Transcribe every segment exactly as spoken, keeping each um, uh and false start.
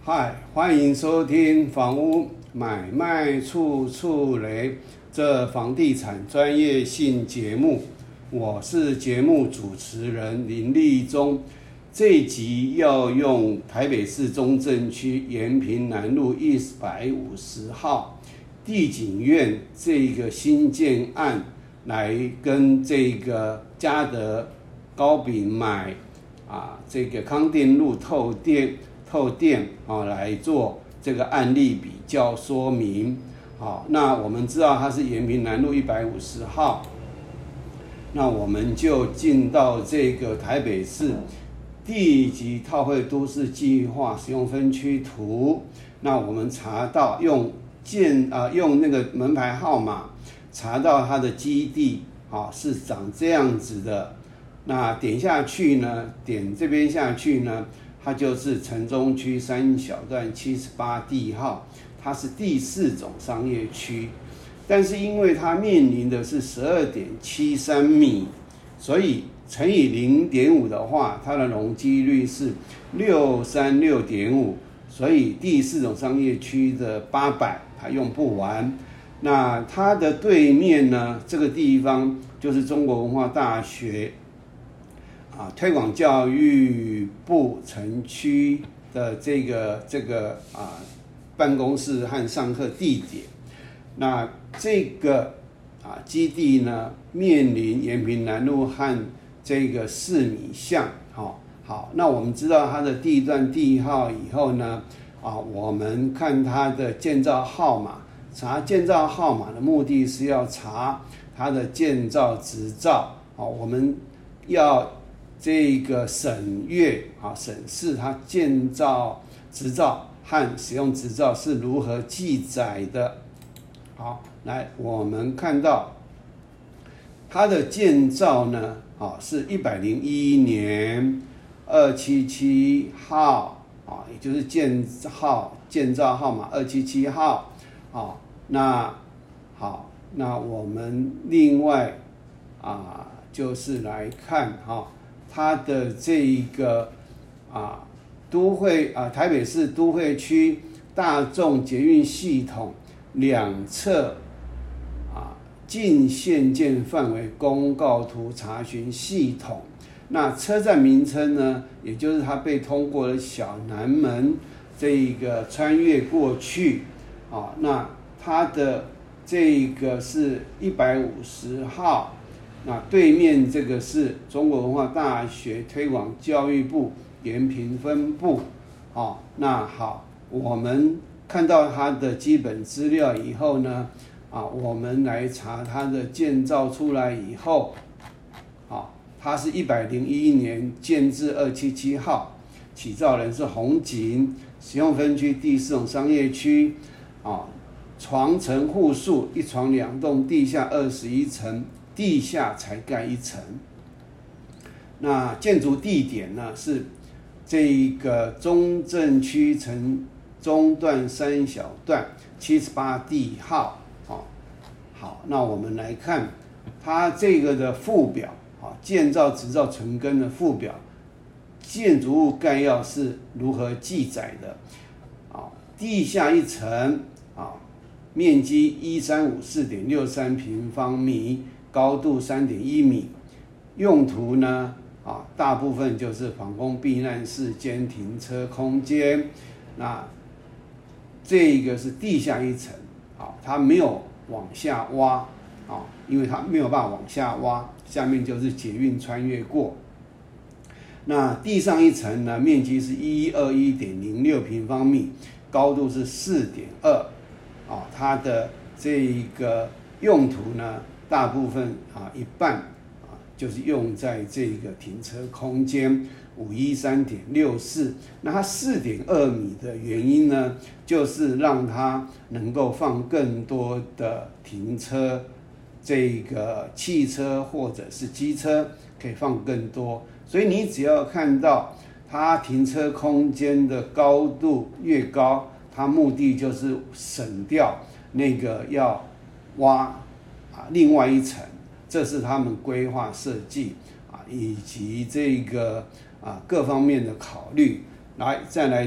嗨，欢迎收听房屋买卖处处雷这房地产专业性节目，我是节目主持人林立忠。这一集要用台北市中正区延平南路一百五十号地景苑这个新建案来跟这个嘉德糕饼买啊这个康定路透店透店啊来做这个案例比较说明。好，那我们知道它是延平南路一百五十号，那我们就进到这个台北市地级套会都市计划使用分区图。那我们查到用建啊、呃、用那个门牌号码查到它的基地啊是长这样子的。那点下去呢，点这边下去呢，它就是城中区三小段七十八地号，它是第四种商业区，但是因为它面临的是 十二点七三米，所以乘以 零点五 的话，它的容积率是 六百三十六点五， 所以第四种商业区的八百它用不完。那它的对面呢，这个地方就是中国文化大学啊，推广教育部城区的这个这个啊办公室和上课地点。那这个啊基地呢，面临延平南路和这个四米巷。好，好，那我们知道它的地段地号以后呢，啊，我们看它的建造号码。查建造号码的目的是要查它的建造执照。好，我们要这个审阅啊，审视它建造执照和使用执照是如何记载的。好，来我们看到它的建造呢，啊是一百零一年二七七号啊，也就是建号建造号码二七七号啊。那好，那我们另外啊，就是来看哈、啊。它的这一个啊都会啊台北市都会区大众捷运系统两侧啊近县界范围公告图查询系统。那车站名称呢，也就是它被通过的小南门这一个穿越过去啊，那它的这个是一百五十号。那对面这个是中国文化大学推广教育部延平分部。哦，那好，我们看到它的基本资料以后呢，啊，我们来查它的建造出来以后，啊，它是一百零一年建制二七七号，起造人是红景，使用分区第四种商业区，啊，床层户数一床两栋，地下二十一层。地下才盖一层。那建筑地点呢，是这个中正区城中段三小段七十八地号。好，好，那我们来看它这个的附表，建造执照存根的附表，建筑物概要是如何记载的。地下一层啊，面积一千三百五十四点六三平方米。高度 三点一米，用途呢啊，大部分就是防空避难室兼停车空间。那这个是地下一层，啊，它没有往下挖啊，因为它没有办法往下挖，下面就是捷运穿越过。那地上一层呢，面积是一百二十一点零六平方米，高度是 四点二，啊，它的这个用途呢，大部分啊一半啊就是用在这个停车空间五百一十三点六四。那它 四点二米的原因呢，就是让它能够放更多的停车，这个汽车或者是机车可以放更多。所以你只要看到它停车空间的高度越高，它目的就是省掉那个要挖啊，另外一层，这是他们规划设计啊，以及这个啊各方面的考虑。来，再来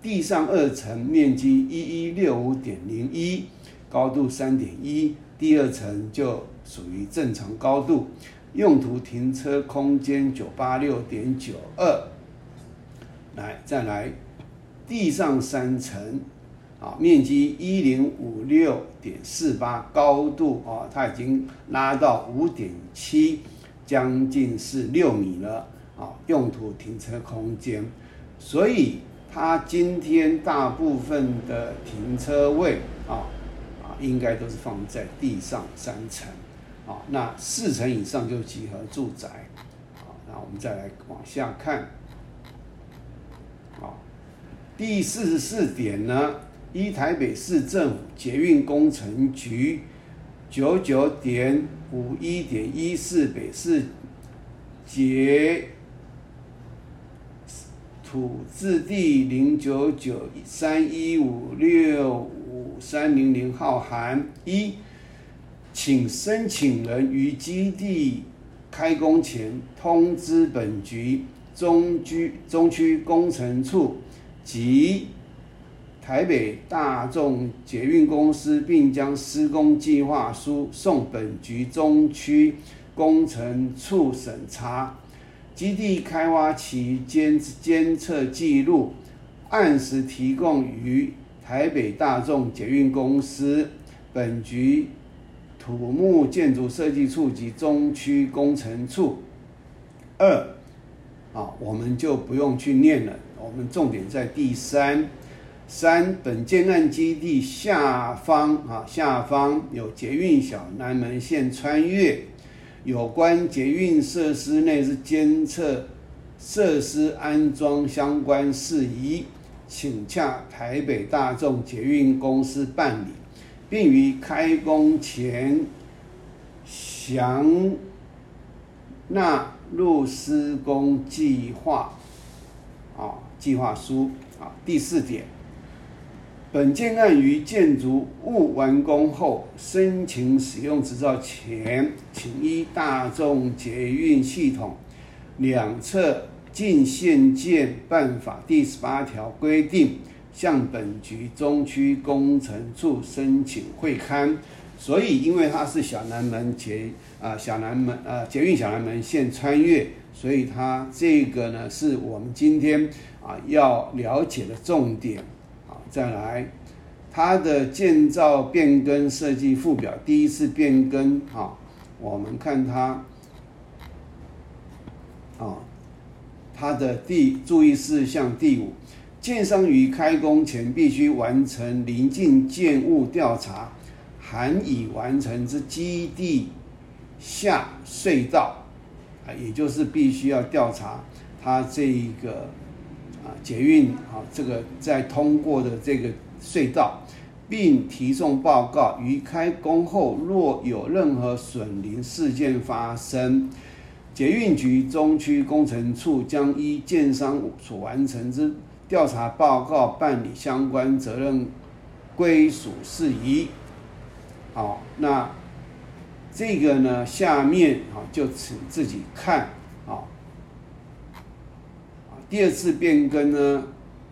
地上二层面积一一六五点零一，高度三点一，第二层就属于正常高度，用途停车空间九百八十六点九二。来，再来，地上三层，啊，面积一零五六点四八，高度啊，它已经拉到五点七，将近是六米了啊，用途停车空间，所以它今天大部分的停车位啊啊，应该都是放在地上三层啊，那四层以上就集合住宅啊。那我们再来往下看，啊，第四十四点呢，依台北市政府捷运工程局九九点五一点一四北市捷土字第零九九三一五六五三零零号函一，请申请人于基地开工前通知本局中区中区工程处及台北大众捷运公司，并将施工计划书送本局中区工程处审查。基地开挖期间监测记录，按时提供于台北大众捷运公司、本局土木建筑设计处及中区工程处。二，啊，我们就不用去念了，我们重点在第三。三，本建案基地下方啊，下方有捷运小南门线穿越。有关捷运设施内是监测设施安装相关事宜，请洽台北大众捷运公司办理，并于开工前详纳入施工计划啊计划书啊。第四点，本建案于建筑物完工后，申请使用执照前，请依大众捷运系统两侧进线建办法第十八条规定，向本局中区工程处申请会勘。所以，因为它是小南门捷啊小南门呃捷运小南门线穿越，所以它这个呢是我们今天啊要了解的重点。再来，它的建造变更设计附表第一次变更啊，我们看它啊，它的第注意事项第五，建商于开工前必须完成邻近建物调查，含已完成之基地下隧道啊，也就是必须要调查它这一个。啊，捷运啊，这个在通过的这个隧道，并提送报告。于开工后，若有任何损邻事件发生，捷运局中区工程处将依建商所完成之调查报告办理相关责任归属事宜。好，那这个呢，下面啊就请自己看啊。第二次变更呢，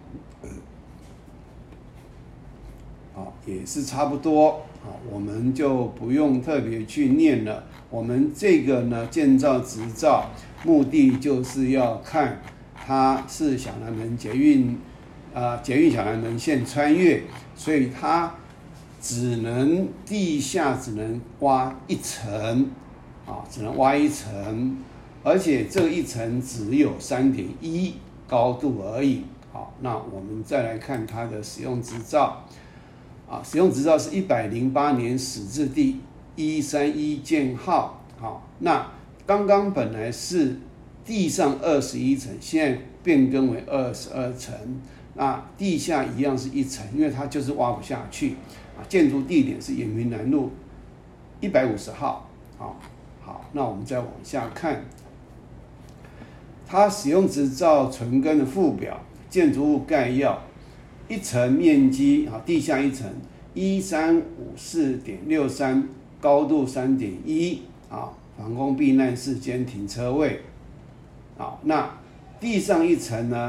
啊，也是差不多啊，我们就不用特别去念了。我们这个呢，建造执照目的就是要看它是小南门捷运，啊，捷运小南门线穿越，所以它只能地下只能挖一层，啊，只能挖一层，而且这一层只有三点一。高度而已。好，那我们再来看它的使用执照啊，使用执照是一百零八年始至第一三一件号。好，那刚刚本来是地上二十一层，现在变更为二十二层。那地下一样是一层，因为它就是挖不下去啊。建筑地点是延平南路一百五十号。好，好，那我们再往下看。它使用执照存根的附表，建筑物概要，一层面积啊，地下一层一三五四点六三，高度三点一啊，防空避难室兼停车位。好，那地上一层呢，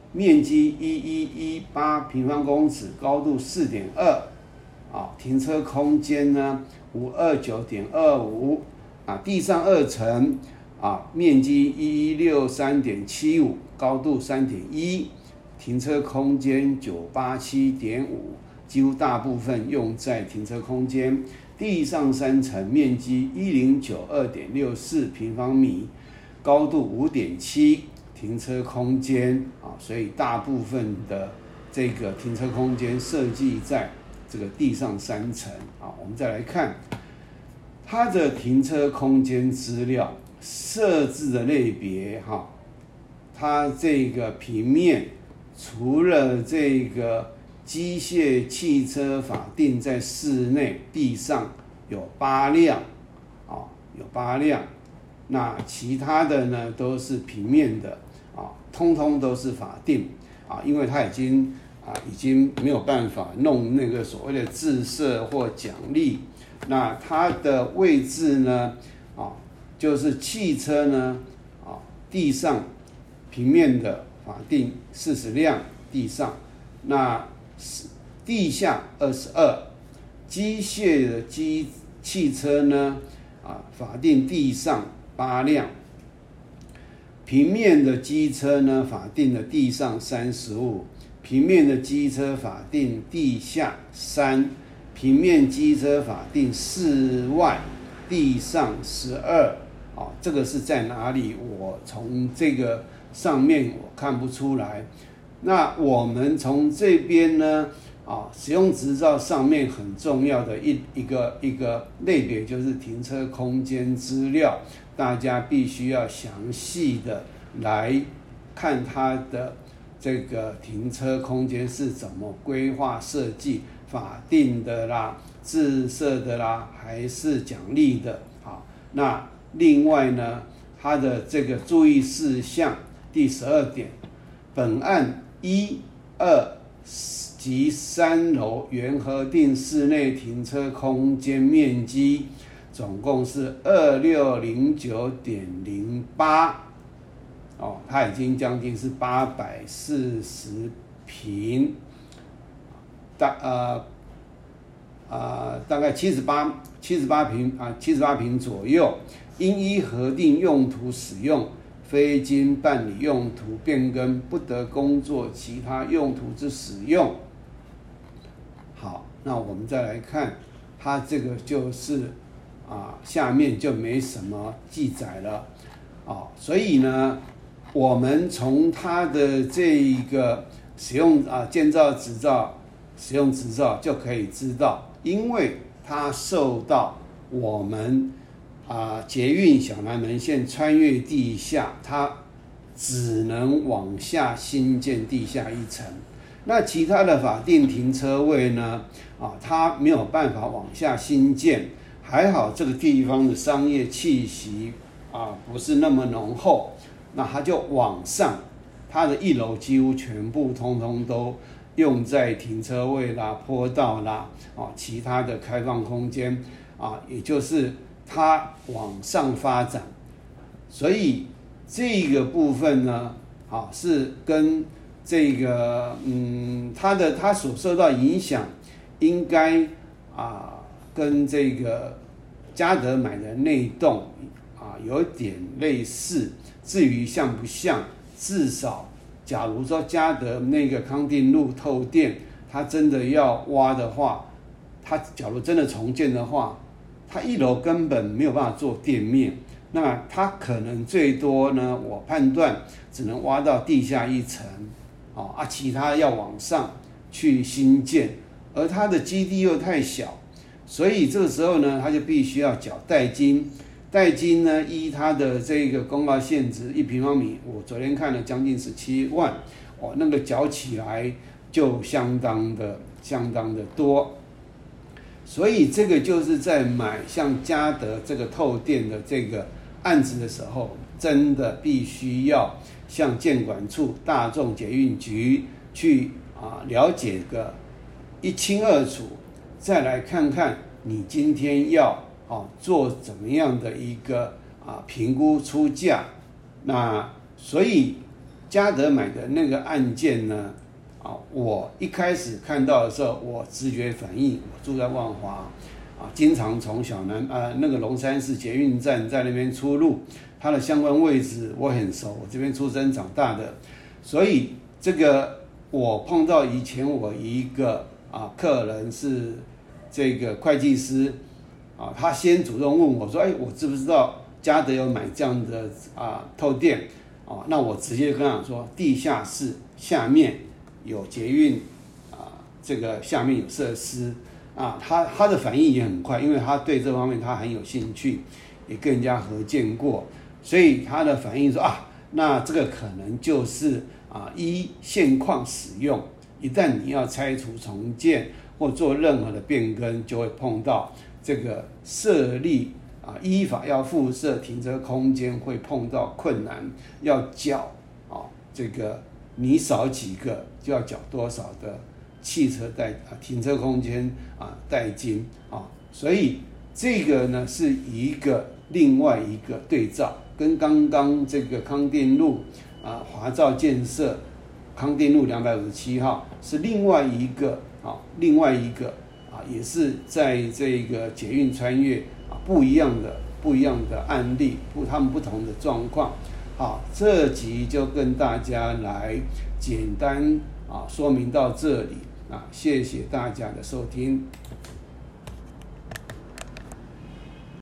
面积一一一八平方公尺，高度 四点二， 啊，停车空间呢五百二十九点二五， 啊，地上二层，啊，面积一一六三点七五， 高度 三点一， 停车空间九百八十七点五， 几乎大部分用在停车空间。地上三层，面积一零九二点六四平方米，高度 五点七， 停车空间啊，所以大部分的这个停车空间设计在这个地上三层啊。我们再来看它的停车空间资料设置的类别哈，它这个平面除了这个机械汽车法定在室内地上有八辆，啊，有八辆，那其他的呢都是平面的，啊，通通都是法定，啊，因为它已经啊已经没有办法弄那个所谓的自设或奖励，那它的位置呢，啊，就是汽车呢，啊，地上平面的法定四十辆地上，那地下二十二，机械的机汽车呢，啊，法定地上八辆，平面的机车呢，法定的地上三十五，平面的机车法定地下三，平面机车法定室外地上十二，啊，这个是在哪里？我从这个上面我看不出来。那我们从这边呢，啊，使用执照上面很重要的一一个一个类别就是停车空间资料，大家必须要详细的来看它的这个停车空间是怎么规划设计，法定的啦、自设的啦，还是奖励的。好，那另外呢，它的这个注意事项第十二点，本案一、二及三楼原核定室内停车空间面积总共是二六零九点零八，哦，它已经将近是八百四十平，大呃呃大概七十八七十八平啊七十八平左右，应依核定用途使用。非经办理用途变更，不得工作其他用途之使用。好，那我们再来看，它这个就是啊，下面就没什么记载了啊，所以呢，我们从它的这一个使用啊建造执照、使用执照就可以知道，因为它受到我们。啊，捷运小南门线穿越地下，它只能往下新建地下一层。那其他的法定停车位呢？啊，它没有办法往下新建。还好这个地方的商业气息啊不是那么浓厚，那它就往上，它的一楼几乎全部通通都用在停车位啦、坡道啦，啊，其他的开放空间啊，也就是。它往上发展，所以这个部分呢，啊，是跟这个嗯，它的它所受到影响，应该啊，跟这个嘉德买的那栋啊有点类似。至于像不像，至少假如说嘉德那个康定路透电，它真的要挖的话，它假如真的重建的话。它一楼根本没有办法做店面，那它可能最多呢，我判断只能挖到地下一层，啊，其他要往上去新建，而它的基地又太小，所以这个时候呢，它就必须要缴代金，代金呢依它的这个公告限值一平方米，我昨天看了将近十七万，哦，那个缴起来就相当的相当的多。所以这个就是在买像嘉德这个透电的这个案子的时候，真的必须要向建管处、大众捷运局去啊了解个一清二楚，再来看看你今天要啊做怎么样的一个啊评估出价。那所以嘉德买的那个案件呢，啊，我一开始看到的时候，我直觉反应，我住在万华，啊，经常从小南啊那个龙山寺捷运站在那边出入，它的相关位置我很熟，我这边出生长大的，所以这个我碰到以前我一个啊客人是这个会计师，啊，他先主动问我说，哎，我知不知道嘉德有买这样的啊透电？哦，那我直接跟他说，地下室下面有捷运啊，这个下面有设施啊，他他的反应也很快，因为他对这方面他很有兴趣，也跟人家合建过，所以他的反应说啊，那这个可能就是啊依现况使用，一旦你要拆除重建或做任何的变更，就会碰到这个设立。啊，依法要附设停车空间会碰到困难，要缴啊，这个你少几个就要缴多少的汽车代啊停车空间啊代金啊，所以这个呢是一个另外一个对照，跟刚刚这个康定路啊华造建设康定路两百五十七号是另外一个啊另外一个啊也是在这个捷运穿越。不一样的不一样的案例，不他们不同的状况。好，这集就跟大家来简单啊说明到这里啊，谢谢大家的收听。